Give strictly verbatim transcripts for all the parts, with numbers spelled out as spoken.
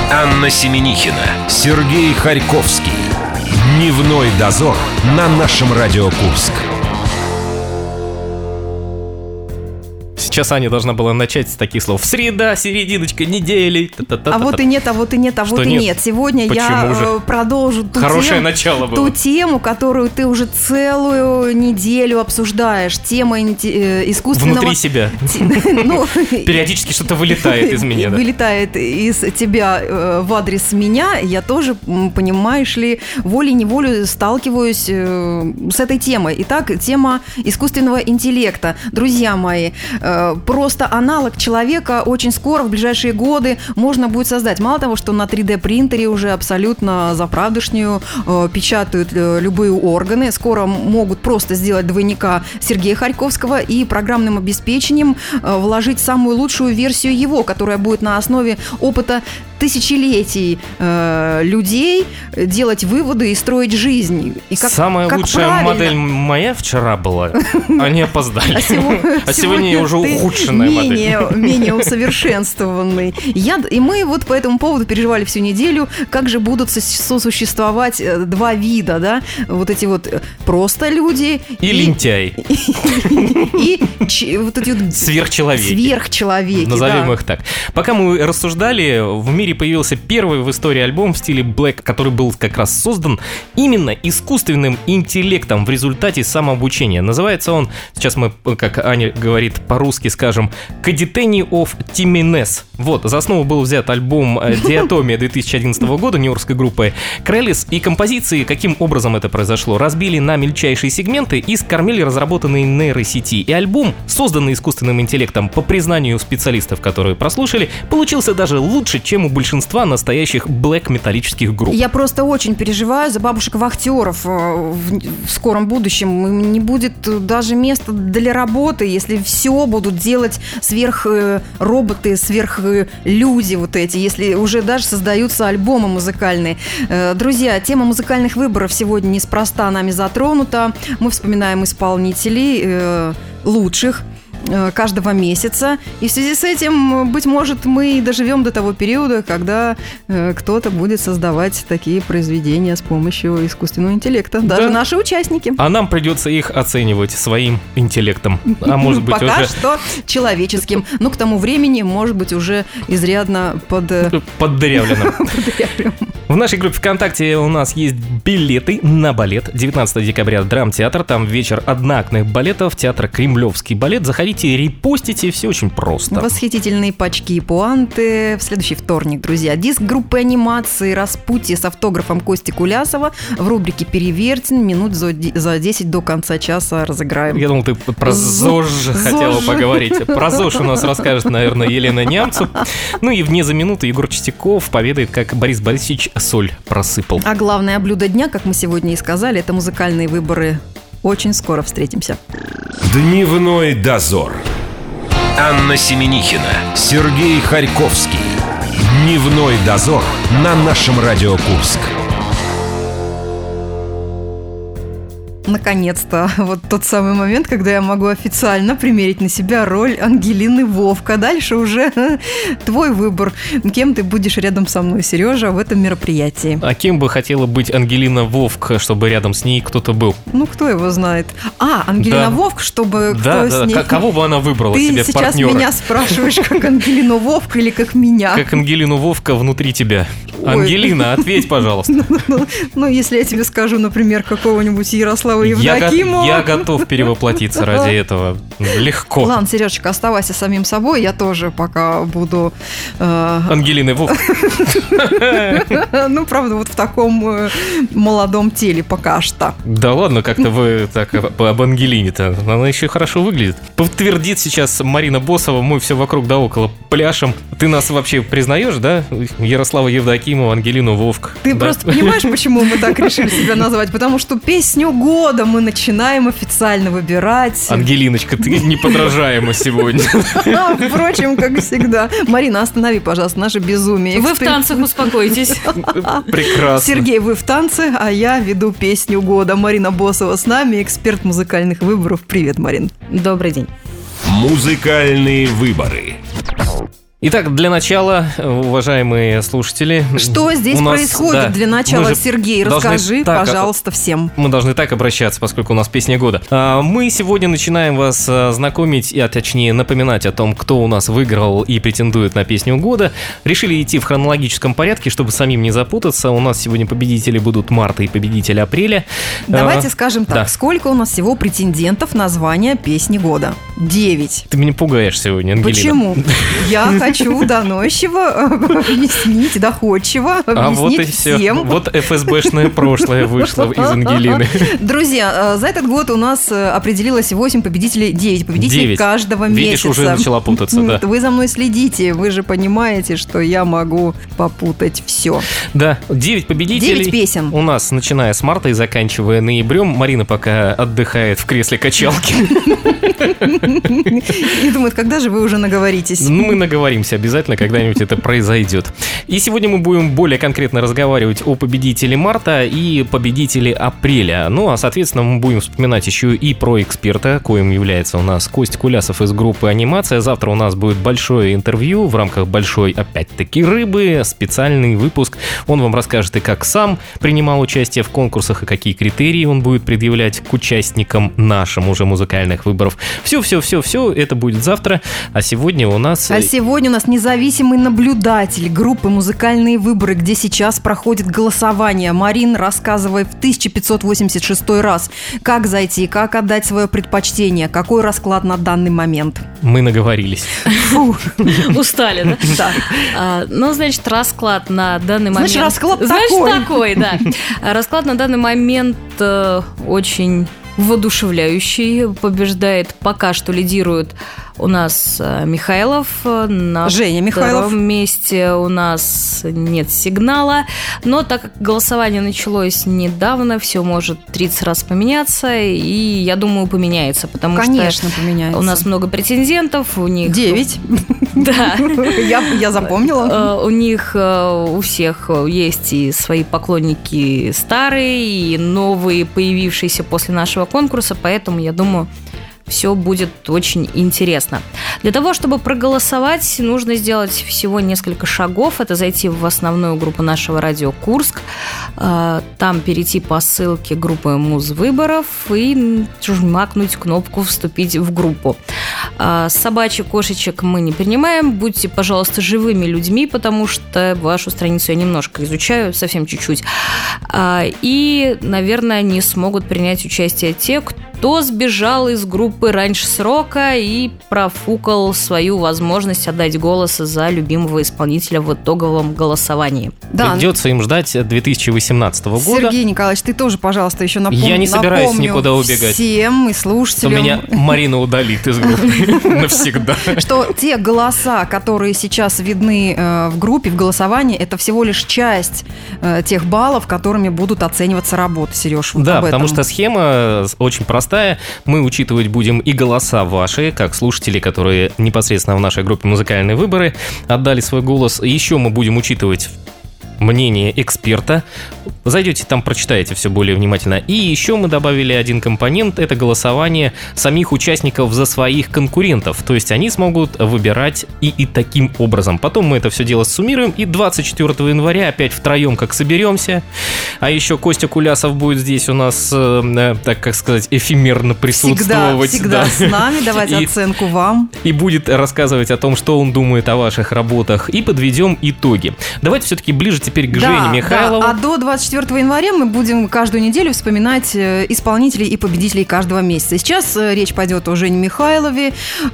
Анна Семенихина, Сергей Харьковский. Дневной дозор на нашем Радио Курск. Сейчас Аня должна была начать с таких слов: среда, серединочка недели. А вот и нет, а вот и нет, а вот и нет. Сегодня я продолжу ту Хорошее начало было. Ту тему, которую ты уже целую неделю обсуждаешь. Тема искусственного... Внутри себя. Периодически что-то вылетает из меня. Вылетает из тебя в адрес меня. Я тоже, понимаешь ли, волей-неволей сталкиваюсь с этой темой. Итак, тема искусственного интеллекта. Друзья мои, просто аналог человека очень скоро, в ближайшие годы, можно будет создать. Мало того, что на три дэ принтере уже абсолютно заправдышнюю э, печатают э, любые органы, скоро могут просто сделать двойника Сергея Харьковского и программным обеспечением э, вложить самую лучшую версию его, которая будет на основе опыта тысячелетий э, людей делать выводы и строить жизнь. И как, Самая как лучшая правильно. модель моя вчера была. Они опоздали. А сегодня, а сегодня уже ухудшенная менее, модель. Менее усовершенствованный. Я, и мы вот по этому поводу переживали всю неделю, как же будут сосуществовать два вида, да? Вот эти вот просто люди. И, и лентяй. И, и вот эти вот сверхчеловеки. Сверхчеловеки, назовем да. их так. Пока мы рассуждали, в мире появился первый в истории альбом в стиле Black, который был как раз создан именно искусственным интеллектом в результате самообучения. Называется он, сейчас мы, как Аня говорит, по-русски скажем, Cadetany of Timines. Вот, за основу был взят альбом Диатомия две тысячи одиннадцатого года нью-йоркской группы Krellis, и композиции, каким образом это произошло, разбили на мельчайшие сегменты и скормили разработанные нейросети. И альбом, созданный искусственным интеллектом, по признанию специалистов, которые прослушали, получился даже лучше, чем у большинства настоящих блэк-металлических групп. Я просто очень переживаю за бабушек-вахтеров в скором будущем. Не будет даже места для работы, если все будут делать сверхроботы, сверхлюди вот эти, если уже даже создаются альбомы музыкальные. Друзья, тема музыкальных выборов сегодня неспроста нами затронута. Мы вспоминаем исполнителей лучших каждого месяца. И в связи с этим, быть может, мы доживем до того периода, когда э, кто-то будет создавать такие произведения с помощью искусственного интеллекта. Даже да. наши участники. А нам придется их оценивать своим интеллектом. А может быть, пока уже... что человеческим. Но к тому времени, может быть, уже изрядно под... поддырявленным. В нашей группе ВКонтакте у нас есть билеты на балет. девятнадцатого декабря Драмтеатр. Там вечер одноактных балетов. Театр Кремлевский балет. Заходите, репостите, все очень просто. Восхитительные пачки и пуанты. В следующий вторник, друзья. Диск группы анимации «Распутье» с автографом Кости Кулясова в рубрике «Перевертень». Минут за десять до конца часа разыграем. Я думал, ты про ЗОЖ хотела поговорить. Про ЗОЖ у нас расскажет, наверное, Елена Нямцу. Ну и вне за минуту Егор Чистяков поведает, как Борис Борисович соль просыпал. А главное блюдо дня, как мы сегодня и сказали, это музыкальные выборы. Очень скоро встретимся. Дневной дозор. Анна Семенихина, Сергей Харьковский. Дневной дозор на нашем Радио Курск. Наконец-то, вот тот самый момент, когда я могу официально примерить на себя роль Ангелины Вовк. А дальше уже твой выбор, кем ты будешь рядом со мной, Сережа, в этом мероприятии. А кем бы хотела быть Ангелина Вовк, чтобы рядом с ней кто-то был? Ну, кто его знает. А, Ангелина да. Вовк, чтобы да, кто да, с ней... Кого бы она выбрала ты себе партнера? Ты сейчас меня спрашиваешь, как Ангелину Вовк или как меня? Как Ангелину Вовка внутри тебя. Ой. Ангелина, ответь, пожалуйста. Ну, ну, ну, если я тебе скажу, например, какого-нибудь Ярослава Евдокимова. Я, я готов перевоплотиться ради этого. Легко. Ладно, Сережечка, оставайся самим собой. Я тоже пока буду... Э... Ангелиной Вовк. Ну, правда, вот в таком молодом теле пока что. Да ладно, как-то вы так об Ангелине-то. Она еще хорошо выглядит. Подтвердит сейчас Марина Босова, мы все вокруг да около пляшем. Ты нас вообще признаешь, да? Ярослава Евдокимова, Ангелину Вовк. Ты да? просто понимаешь, почему мы так решили себя назвать? Потому что песню года мы начинаем официально выбирать. Ангелиночка, ты неподражаема сегодня. Впрочем, как всегда. Марина, останови, пожалуйста, наше безумие. Вы в танцах, успокойтесь. Прекрасно. Сергей, вы в танце, а я веду песню года. Марина Босова с нами, эксперт музыкальных выборов. Привет, Марин. Добрый день. Музыкальные выборы. Итак, для начала, уважаемые слушатели... Что здесь нас, происходит да, для начала, Сергей? Расскажи, так, пожалуйста, всем. Мы должны так обращаться, поскольку у нас песня года. Мы сегодня начинаем вас знакомить, а точнее напоминать о том, кто у нас выиграл и претендует на песню года. Решили идти в хронологическом порядке, чтобы самим не запутаться. У нас сегодня победители будут марта и победитель апреля. Давайте а, скажем так, да. Сколько у нас всего претендентов на звание песни года? Девять. Ты меня пугаешь сегодня, Ангелина. Почему? Я хочу доносчиво объяснить, доходчиво объяснить а вот и всем. Все. Вот эф эс бэшное прошлое вышло из Ангелины. Друзья, за этот год у нас определилось восемь победителей, девять победителей девять. Каждого Видишь, месяца. Видишь, уже начала путаться, да. Вы за мной следите, вы же понимаете, что я могу попутать все. Да, девять победителей. девять песен. У нас, начиная с марта и заканчивая ноябрем. Марина пока отдыхает в кресле качалки. И думает, когда же вы уже наговоритесь? Ну, мы наговоримся обязательно, когда-нибудь это произойдет. И сегодня мы будем более конкретно разговаривать о победителе марта и победителе апреля. Ну, а, соответственно, мы будем вспоминать еще и про эксперта, коим является у нас Костя Кулясов из группы «Анимация». Завтра у нас будет большое интервью в рамках большой, опять-таки, рыбы, специальный выпуск. Он вам расскажет и как сам принимал участие в конкурсах, и какие критерии он будет предъявлять к участникам нашим уже музыкальных выборов. Все-все-все-все, это будет завтра, а сегодня у нас... А сегодня у нас независимый наблюдатель группы «Музыкальные выборы», где сейчас проходит голосование. Марин, рассказывай в тысяча пятьсот восемьдесят шестой раз, как зайти, как отдать свое предпочтение, какой расклад на данный момент. Мы наговорились. Устали, да? Да. Ну, значит, расклад на данный момент... Значит, расклад такой. Значит, такой, да. Расклад на данный момент очень... воодушевляющий, побеждает, пока что лидирует у нас Михайлов. На Женя Михайлов. втором месте у нас нет сигнала. Но так как голосование началось недавно, все может тридцать раз поменяться, и я думаю, поменяется, потому Конечно, что поменяется. У нас много претендентов, у них... Девять. Да. Я запомнила. У них у всех есть и свои поклонники старые, и новые, появившиеся после нашего конкурса, поэтому, я думаю, все будет очень интересно. Для того, чтобы проголосовать, нужно сделать всего несколько шагов. Это зайти в основную группу нашего радио «Курск», там перейти по ссылке группы Музвыборов и жмакнуть кнопку «Вступить в группу». Собачек, кошечек мы не принимаем. Будьте, пожалуйста, живыми людьми, потому что вашу страницу я немножко изучаю, совсем чуть-чуть. И, наверное, не смогут принять участие те, кто сбежал из группы раньше срока и профукал свою возможность отдать голос за любимого исполнителя в итоговом голосовании. Да. Придется им ждать две тысячи восемнадцатого года. Сергей Николаевич, ты тоже, пожалуйста, еще напомни. Я не собираюсь никуда убегать. Всем и слушателям. Что меня Марина удалит из группы навсегда. Что те голоса, которые сейчас видны в группе, в голосовании, это всего лишь часть тех баллов, которыми будут оцениваться работы, Сереж. Да, потому что схема очень простая. Мы учитывать будем и голоса ваши, как слушатели, которые непосредственно в нашей группе «Музыкальные выборы» отдали свой голос. Еще мы будем учитывать мнение эксперта. Зайдете, там прочитаете все более внимательно. И еще мы добавили один компонент, это голосование самих участников за своих конкурентов. То есть они смогут выбирать и, и таким образом. Потом мы это все дело суммируем, и двадцать четвёртого января опять втроем как соберемся. А еще Костя Кулясов будет здесь у нас, э, так как сказать, эфемерно присутствовать. Всегда, всегда да. с нами, давать и, оценку вам. И будет рассказывать о том, что он думает о ваших работах. И подведем итоги. Давайте все-таки ближе теперь к да, Жене Михайлову. Да. А до двадцать четвёртого января мы будем каждую неделю вспоминать исполнителей и победителей каждого месяца. Сейчас речь пойдет о Жене Михайлове.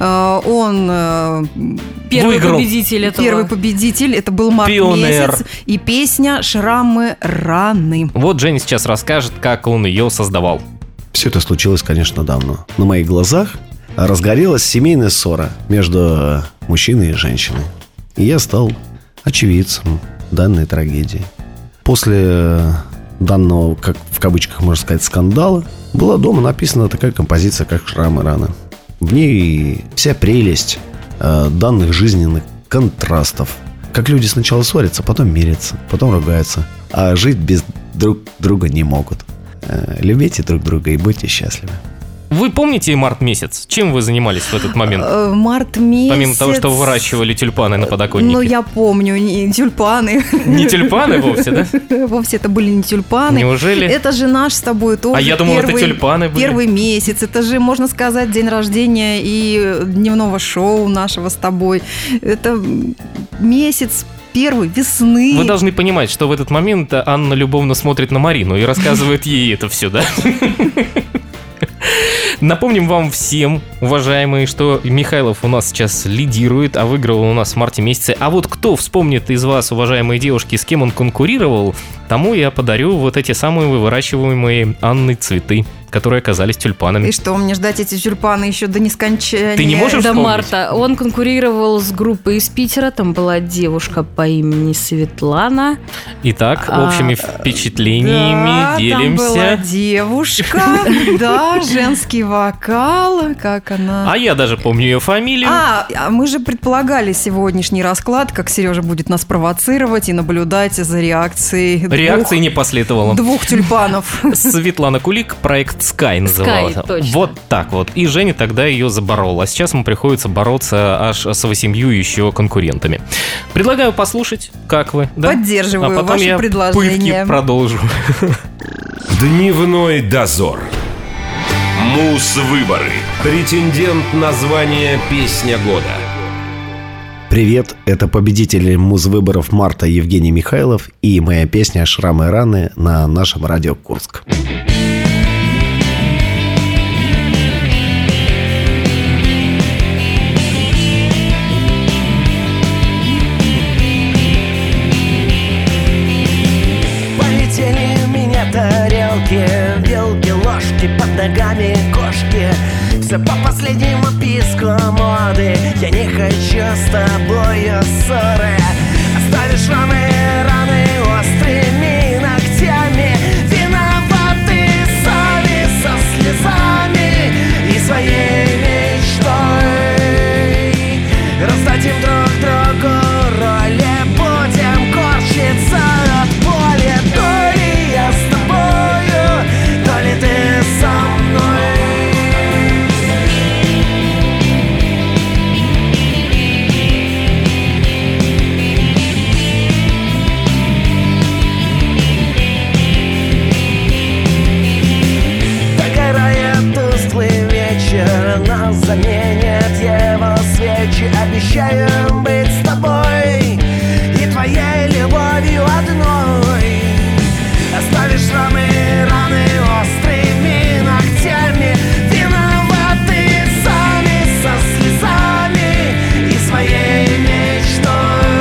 Он первый выиграл. победитель этого. Первый победитель. Это был март Пионер. месяц. И песня «Шрамы раны». Вот Женя сейчас расскажет, как он ее создавал. Все это случилось, конечно, давно. На моих глазах разгорелась семейная ссора между мужчиной и женщиной. И я стал очевидцем данной трагедии. После данного, как в кавычках можно сказать, скандала, была дома написана такая композиция, как «Шрамы раны». В ней вся прелесть э, данных жизненных контрастов. Как люди сначала ссорятся, потом мирятся, потом ругаются, а жить без друг друга не могут. Э, любите друг друга и будьте счастливы. Вы помните март месяц? Чем вы занимались в этот момент? Э, Март месяц... Помимо того, что выращивали тюльпаны на подоконнике. Ну, я помню, не тюльпаны. Не тюльпаны вовсе, да? Вовсе это были не тюльпаны. Неужели? Это же наш с тобой тоже А я думал, первый, это тюльпаны были. Первый месяц. Это же, можно сказать, день рождения и дневного шоу нашего с тобой. Это месяц первой весны. Вы должны понимать, что в этот момент Анна любовно смотрит на Марину и рассказывает ей это все, да? Напомним вам всем, уважаемые, что Михайлов у нас сейчас лидирует, а выигрывал у нас в марте месяце. А вот кто вспомнит из вас, уважаемые девушки, с кем он конкурировал, тому я подарю вот эти самые выращиваемые Анной цветы, которые оказались тюльпанами. И что, мне ждать эти тюльпаны еще до нескончания? Ты не можешь До вспомнить? марта. Он конкурировал с группой из Питера. Там была девушка по имени Светлана. Итак, А, общими впечатлениями Да, делимся. там была девушка, да, женский вокал, как она... А я даже помню ее фамилию. А, а мы же предполагали сегодняшний расклад, как Сережа будет нас провоцировать и наблюдать за реакцией Реакции двух, не последовало. двух тюльпанов. Светлана Кулик, проект Sky назывался. точно. Вот так вот. И Женя тогда ее заборол. А сейчас ему приходится бороться аж с восемью еще конкурентами. Предлагаю послушать, как вы. Да? Поддерживаю а потом ваше я предложение. пытки продолжу. Дневной дозор. Муз-выборы. Претендент на звание «Песня года». Привет, это победитель муз-выборов марта Евгений Михайлов и моя песня «Шрамы и раны» на нашем радио Курск. Полетели у меня тарелки, вилки, ложки, под ногами кошки. Все по последнему писку моды. Я не хочу с тобою ссоры. Оставишь шрамы, раны острыми ногтями. Виноваты сами со слезами и своей мечтой. Раздадим друг другу роли, будем корчиться от боли. То ли я с тобою, то ли ты со мной. Нас заменят его свечи. Обещаем быть с тобой и твоей любовью одной. Оставишь шрамы, раны острыми ногтями. Виноваты сами со слезами и своей мечтой.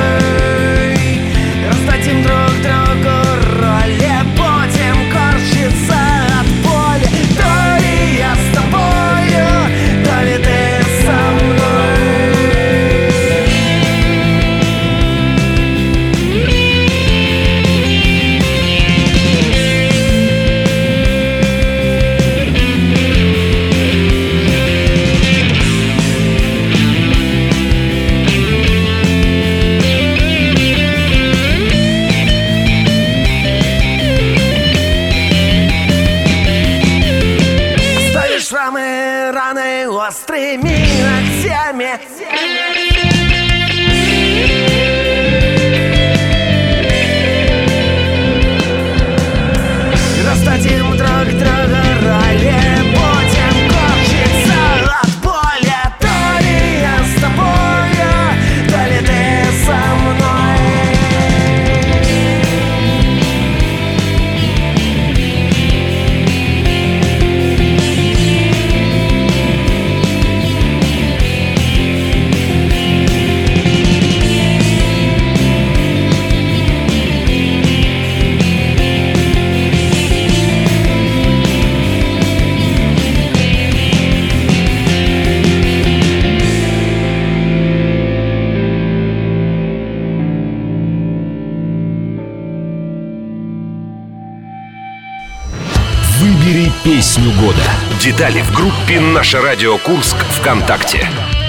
Раздадим друг другу роли, будем корчиться от боли. То ли я с тобою, то ли ты со мной. Оставишь шрамы, раны острыми ногтями. Раздадим друг другу роли, будем корчиться от боли. То ли я с тобою, то ли ты со мной. Выбери песню года. Детали в группе «Наше радио Курск» ВКонтакте.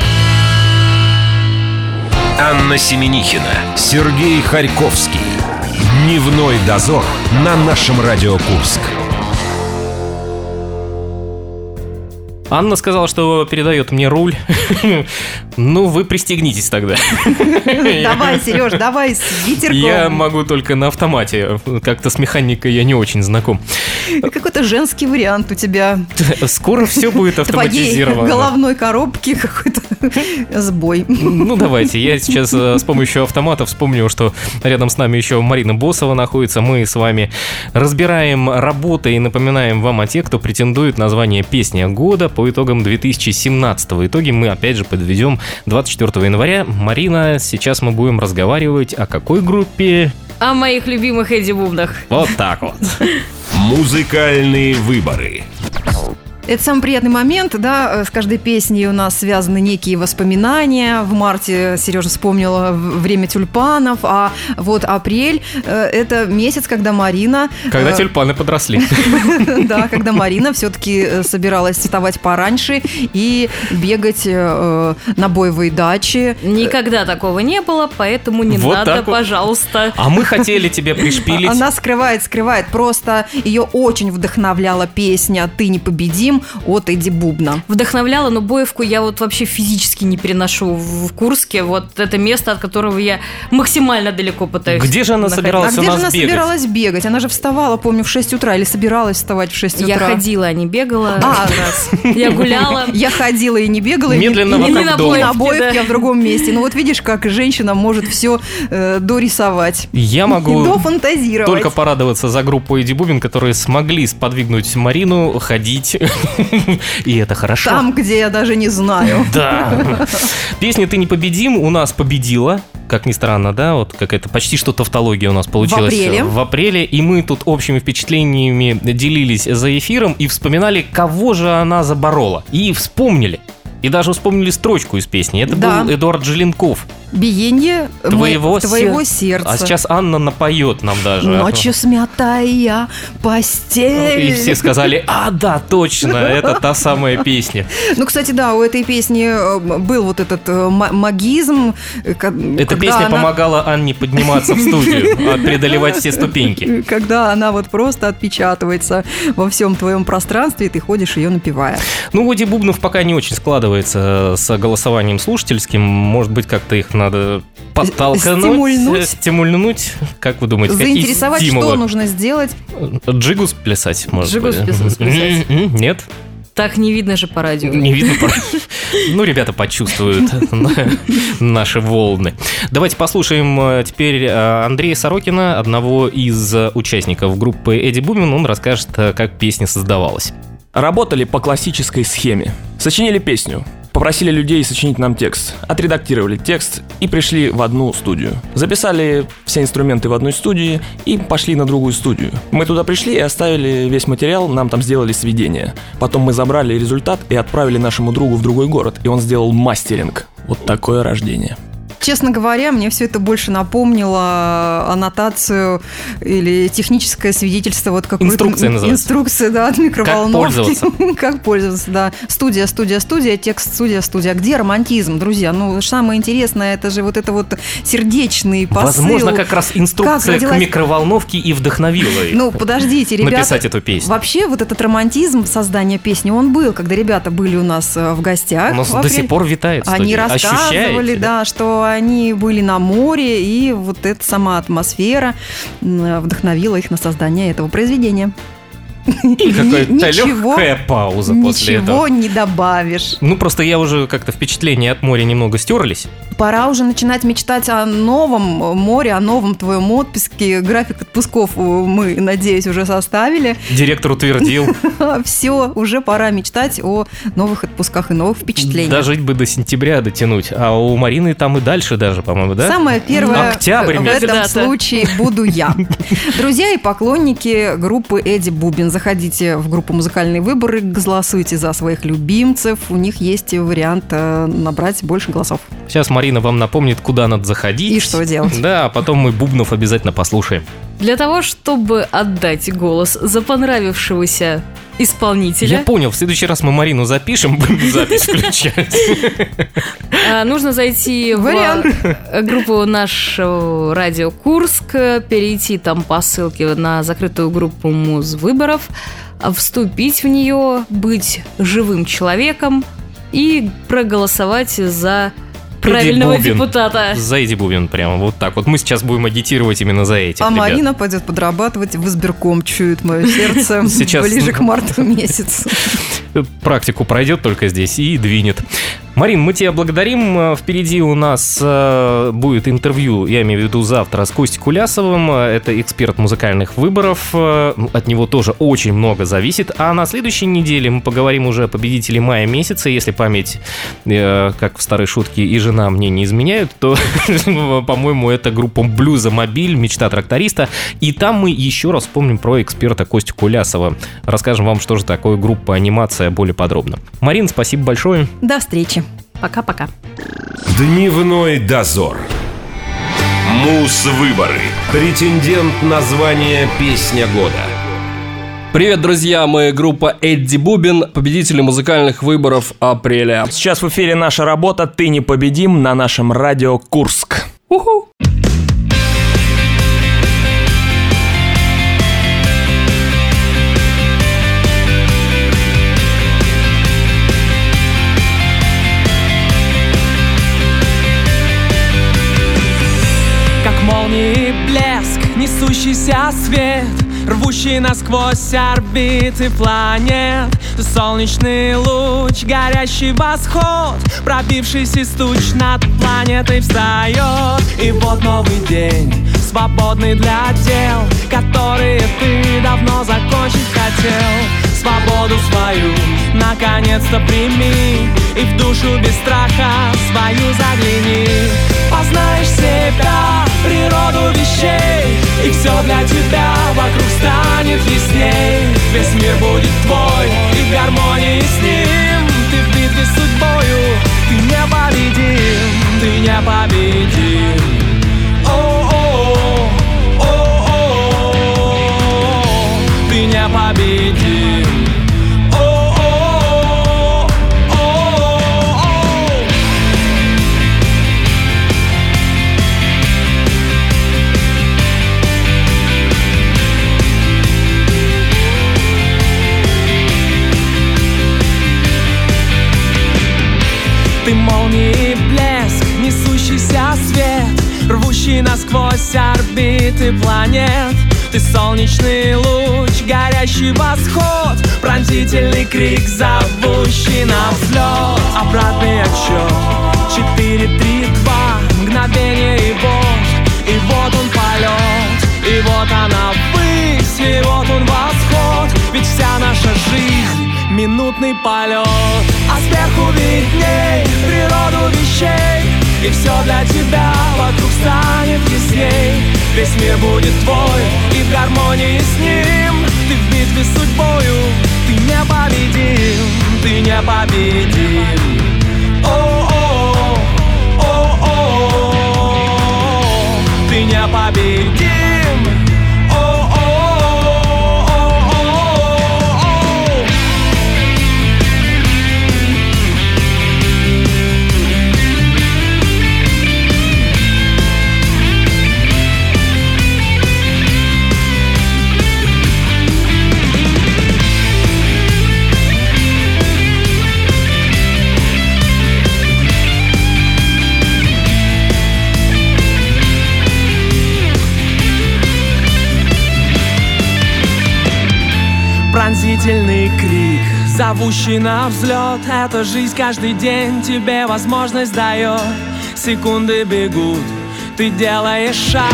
Анна Семенихина, Сергей Харьковский. Дневной дозор на нашем радио Курск. Анна сказала, что передает мне руль. Ну, вы пристегнитесь тогда. Давай, Сереж, давай с ветерком. Я могу только на автомате. Как-то с механикой я не очень знаком. Какой-то женский вариант у тебя. Скоро все будет автоматизировано. В твоей головной коробке какой-то сбой. Ну, давайте. Я сейчас с помощью автомата вспомню, что рядом с нами еще Марина Босова находится. Мы с вами разбираем работы и напоминаем вам о тех, кто претендует на звание «Песня года» по итогам две тысячи семнадцатого. Итоги мы опять же подведем двадцать четвёртого января. Марина, сейчас мы будем разговаривать о какой группе? О моих любимых Эдди Бубнах. Вот так вот. Музыкальные выборы. Это самый приятный момент, да, с каждой песней у нас связаны некие воспоминания. В марте Сережа вспомнила время тюльпанов, а вот апрель – это месяц, когда Марина… Когда тюльпаны подросли. Да, когда Марина все-таки собиралась вставать пораньше и бегать на боевые дачи. Никогда такого не было, поэтому не Вот надо, так вот. пожалуйста. А мы хотели тебя пришпилить. Она скрывает, скрывает. Просто ее очень вдохновляла песня «Ты непобедим» от Эдди Бубна. Вдохновляла, но Боевку я вот вообще физически не переношу в Курске. Вот это место, от которого я максимально далеко пытаюсь. Где же она находиться. собиралась А у где же нас она бегать? собиралась бегать? Она же вставала, помню, в шесть утра или собиралась вставать в шесть утра. Я ходила, а не бегала. А. раз. Я гуляла. Я ходила и не бегала. и не- Медленно и не, вокруг на дома. бой- на Боевке, Боевке, да. а в другом месте. Ну вот видишь, как женщина может все э, дорисовать. Я И могу дофантазировать. только порадоваться за группу Эдди Бубин, которые смогли сподвигнуть Марину ходить. И это хорошо. Там, где я даже не знаю. Да. Песня «Ты непобедим» у нас победила. Как ни странно, да, вот какая-то почти что тавтология у нас получилась. В апреле. В апреле. И мы тут общими впечатлениями делились за эфиром и вспоминали, кого же она заборола. И вспомнили. И даже вспомнили строчку из песни. Это Да. был Эдуард Желенков. Биение Твоего, мо- твоего сер- сердца. А сейчас Анна напоет нам даже. Ночью смятая постель. И все сказали: а, да, точно, это та самая песня. Ну, кстати, да, у этой песни э, был вот этот э, м- магизм. э, ко- Эта когда песня она- помогала Анне подниматься в студию, а преодолевать все ступеньки. Когда она вот просто отпечатывается во всем твоем пространстве, и ты ходишь ее напевая. Ну, у Эдди Бубнов пока не очень складывается с голосованием слушательским. Может быть, как-то их надо подтолкнуть, Стимульнуть. стимульнуть. Как вы думаете, какие Заинтересовать, стимулы? что нужно сделать. Джигу сплясать, может Джигу быть? сплясать, сплясать. М-м, Нет? Так не видно же по радио. Не видно. пора. Ну, ребята почувствуют наши волны. Давайте послушаем э, теперь э, Андрея Сорокина, одного из э, участников группы Эдди Бубин. Он расскажет, э, как песня создавалась. Работали по классической схеме. Сочинили песню, попросили людей сочинить нам текст, отредактировали текст и пришли в одну студию. Записали все инструменты в одной студии и пошли на другую студию. Мы туда пришли и оставили весь материал, нам там сделали сведения. Потом мы забрали результат и отправили нашему другу в другой город, и он сделал мастеринг. Вот такое рождение. Честно говоря, мне все это больше напомнило аннотацию или техническое свидетельство. Вот какой-то Инструкция называется. Инструкция, да, от микроволновки. пользоваться. Как пользоваться, да. Студия, студия, студия, текст, студия, студия. А где романтизм, друзья? Ну, самое интересное, это же вот это вот сердечный посыл. Возможно, как раз инструкция Как к родилась- микроволновке и вдохновила их Ну, подождите, ребята. написать эту песню. Вообще, вот этот романтизм создания песни, он был, когда ребята были у нас э, в гостях. У нас в до апреле. сих пор витает в Они студии. рассказывали, Ощущаете? да, что они были на море, и вот эта сама атмосфера м, вдохновила их на создание этого произведения. И какая-то Ничего- легкая пауза после Ничего этого. не добавишь. Ну, просто я уже как-то впечатления от моря немного стерлись. Пора уже начинать мечтать о новом море, о новом твоем отпуске. График отпусков э, мы, надеюсь, уже составили. Директор утвердил. Все, уже пора мечтать о новых отпусках и новых впечатлениях. Дожить бы до сентября дотянуть. А у Марины там и дальше даже, по-моему, да? Самое первое Октябрь в месяц. этом Когда-то. случае буду я. Друзья и поклонники группы Эдди Бубин, заходите в группу «Музыкальные выборы», голосуйте за своих любимцев. У них есть вариант э, набрать больше голосов. Сейчас Марина вам напомнит, куда надо заходить. И что делать. Да, а потом мы Бубнов обязательно послушаем. Для того, чтобы отдать голос за понравившегося исполнителя. Я понял, в следующий раз мы Марину запишем, будем запись включать. А, Нужно зайти в Вариант. а, группу нашего радио Курск, перейти там по ссылке на закрытую группу Музвыборов, а, вступить в нее, быть живым человеком и проголосовать за правильного Эдди Бубин. депутата. За Эдди Бубин прямо вот так вот. Мы сейчас будем агитировать именно за этих А ребят. Марина пойдет подрабатывать в избирком, чует мое сердце, Сейчас- ближе к марту месяцу. Практику пройдет только здесь и двинет. Марин, мы тебя благодарим. Впереди у нас э, будет интервью, я имею в виду завтра, с Костей Кулясовым. Это эксперт музыкальных выборов. Э, От него тоже очень много зависит. А на следующей неделе мы поговорим уже о победителе мая месяца. Если память, э, как в старой шутке, и жена мне не изменяют, то, по-моему, это группа Блюза Мобиль, мечта тракториста. И там мы еще раз вспомним про эксперта Костю Кулясова. Расскажем вам, что же такое группа анимация более подробно. Марин, спасибо большое. До встречи. Пока-пока. Дневной дозор. Музвыборы. Претендент на звание «Песня года». Привет, друзья, мы группа Эдди Бубин, победители музыкальных выборов апреля. Сейчас в эфире наша работа «Ты непобедим» на нашем радио Курск. Уху! Как молнии блеск, несущийся свет, рвущий насквозь орбиты планет. Солнечный луч, горящий восход, пробившись из туч над планетой встает. И вот новый день, свободный для дел, которые ты давно закончить хотел. Свободу свою наконец-то прими, и в душу без страха свою загляни. Познаешь себя, природу вещей, и все для тебя вокруг станет ясней. Весь мир будет твой, и в гармонии с ним. Ты в битве с судьбою, ты непобедим, ты непобедим. О-о-о, о-о-о, ты непобедим. О-о-о, о-о-о. Ты молнии блеск, несущийся свет, рвущий насквозь орбиты планет. Ты солнечный луч, горящий восход, пронзительный крик, зовущий на взлет. Обратный отсчет, четыре, три, два, мгновение и вот, и вот он полет, и вот она ввысь, и вот он восход. Ведь вся наша жизнь — минутный полет, а сверху видней природу вещей, и все для тебя вокруг станет ясней. Весь мир будет твой, и в гармонии с ним. Ты в битве с судьбою, ты непобедим, ты непобедим. О-о-о, о-о-о, ты непобедим. Пронзительный крик, зовущий на взлет. Эта жизнь каждый день тебе возможность дает. Секунды бегут, ты делаешь шаг.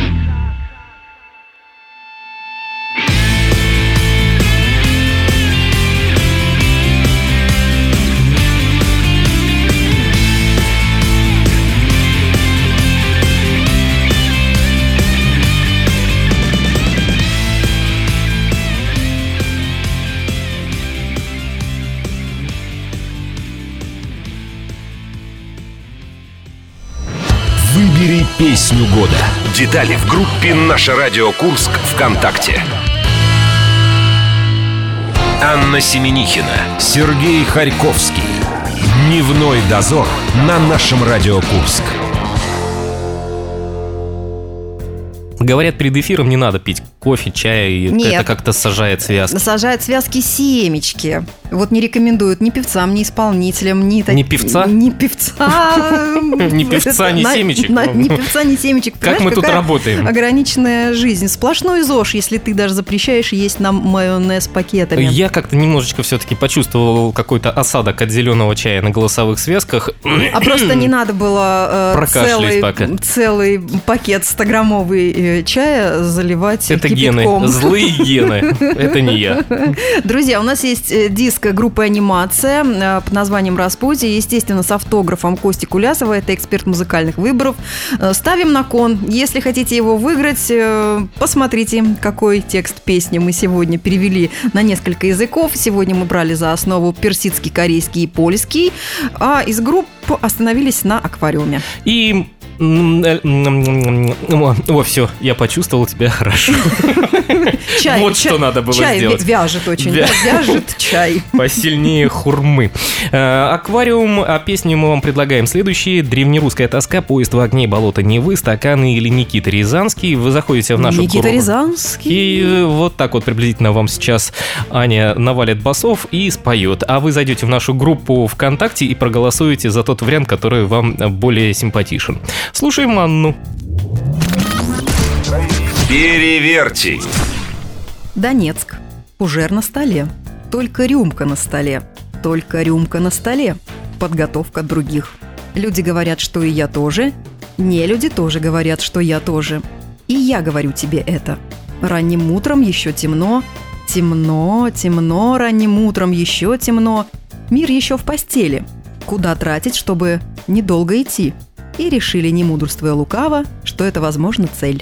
Выбери песню года. Детали в группе «Наше радио Курск» ВКонтакте. Анна Семенихина, Сергей Харьковский. Дневной дозор на нашем Радио Курск. Говорят, перед эфиром не надо пить кофе, чай, и Нет. это как-то сажает связки. Сажает связки семечки. Вот не рекомендуют ни певцам, ни исполнителям, ни... Ни певца? Ни певца. Ни певца, ни На- семечек. на- Ни певца, ни семечек. Как Понимаешь, мы тут какая работаем? Ограниченная жизнь. Сплошной ЗОЖ, если ты даже запрещаешь есть нам майонез пакетами. Я как-то немножечко все-таки почувствовал какой-то осадок от зеленого чая на голосовых связках. А просто не надо было э, Прокашлять целый, пока. целый пакет стограммовый э, чая заливать Это кипятком. гены, злые гены. Это не я. Друзья, у нас есть э, диск группы «Анимация» э, под названием «Распутье». Естественно, с автографом Кости Кулясова. Это эксперт музыкальных выборов. Э, Ставим на кон. Если хотите его выиграть, э, посмотрите, какой текст песни мы сегодня перевели на несколько языков. Сегодня мы брали за основу персидский, корейский и польский. А из групп остановились на «Аквариуме». И... О, все, я почувствовал тебя хорошо. Чай, Вот чай- что надо было чай сделать. вяжет очень. Вя- да, Вяжет чай. Посильнее хурмы. Э, Аквариум, а песни мы вам предлагаем следующие. Древнерусская тоска, поезд в огне, болото Невы, стаканы или Никита Рязанский. Вы заходите в нашу Никита группу. Рязанский. И вот так вот приблизительно вам сейчас Аня навалит басов и споет. А вы зайдете в нашу группу ВКонтакте и проголосуете за тот вариант, который вам более симпатичен. Слушаем Анну. Переверьте. Донецк. Фужер на столе. Только рюмка на столе. Только рюмка на столе. Подготовка других. Люди говорят, что и я тоже. Не люди тоже говорят, что я тоже. И я говорю тебе это. Ранним утром еще темно. Темно, темно, ранним утром еще темно. Мир еще в постели. Куда тратить, чтобы недолго идти? И решили, не мудрствуя лукаво, что это, возможно, цель.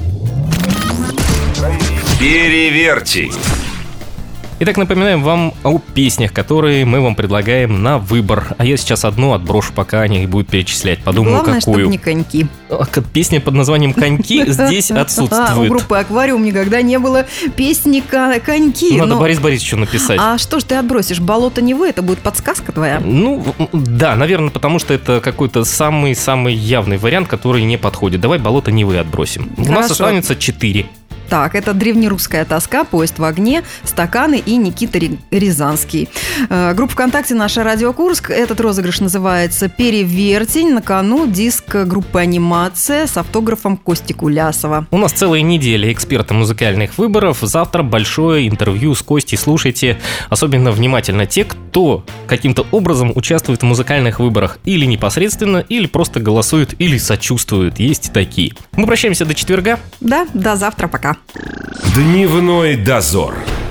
Переверьте. Итак, напоминаем вам о песнях, которые мы вам предлагаем на выбор. А я сейчас одну отброшу, пока Аня их будет перечислять. Подумаю, Главное, чтобы какую. не коньки. А, к- Песня под названием «Коньки» здесь А, у отсутствует. группы «Аквариум» никогда не было песни ко- «Коньки». Надо но- Борис Борисовичу написать. А что ж ты отбросишь? «Болото Невы» — это будет подсказка твоя? Ну, да, наверное, потому что это какой-то самый-самый явный вариант, который не подходит. Давай «Болото Невы» отбросим. У нас Хорошо. останется четыре. Так, это древнерусская тоска, поезд в огне, стаканы и Никита Ри- Рязанский. Э, Группа ВКонтакте «Наша Радио Курск». Этот розыгрыш называется «Перевертень». На кону диск группы «Анимация» с автографом Кости Кулясова. У нас целая неделя эксперта музыкальных выборов. Завтра большое интервью с Костей. Слушайте особенно внимательно те, кто каким-то образом участвует в музыкальных выборах. Или непосредственно, или просто голосуют, или сочувствуют. Есть и такие. Мы прощаемся до четверга. Да, до завтра, пока. Дневной дозор.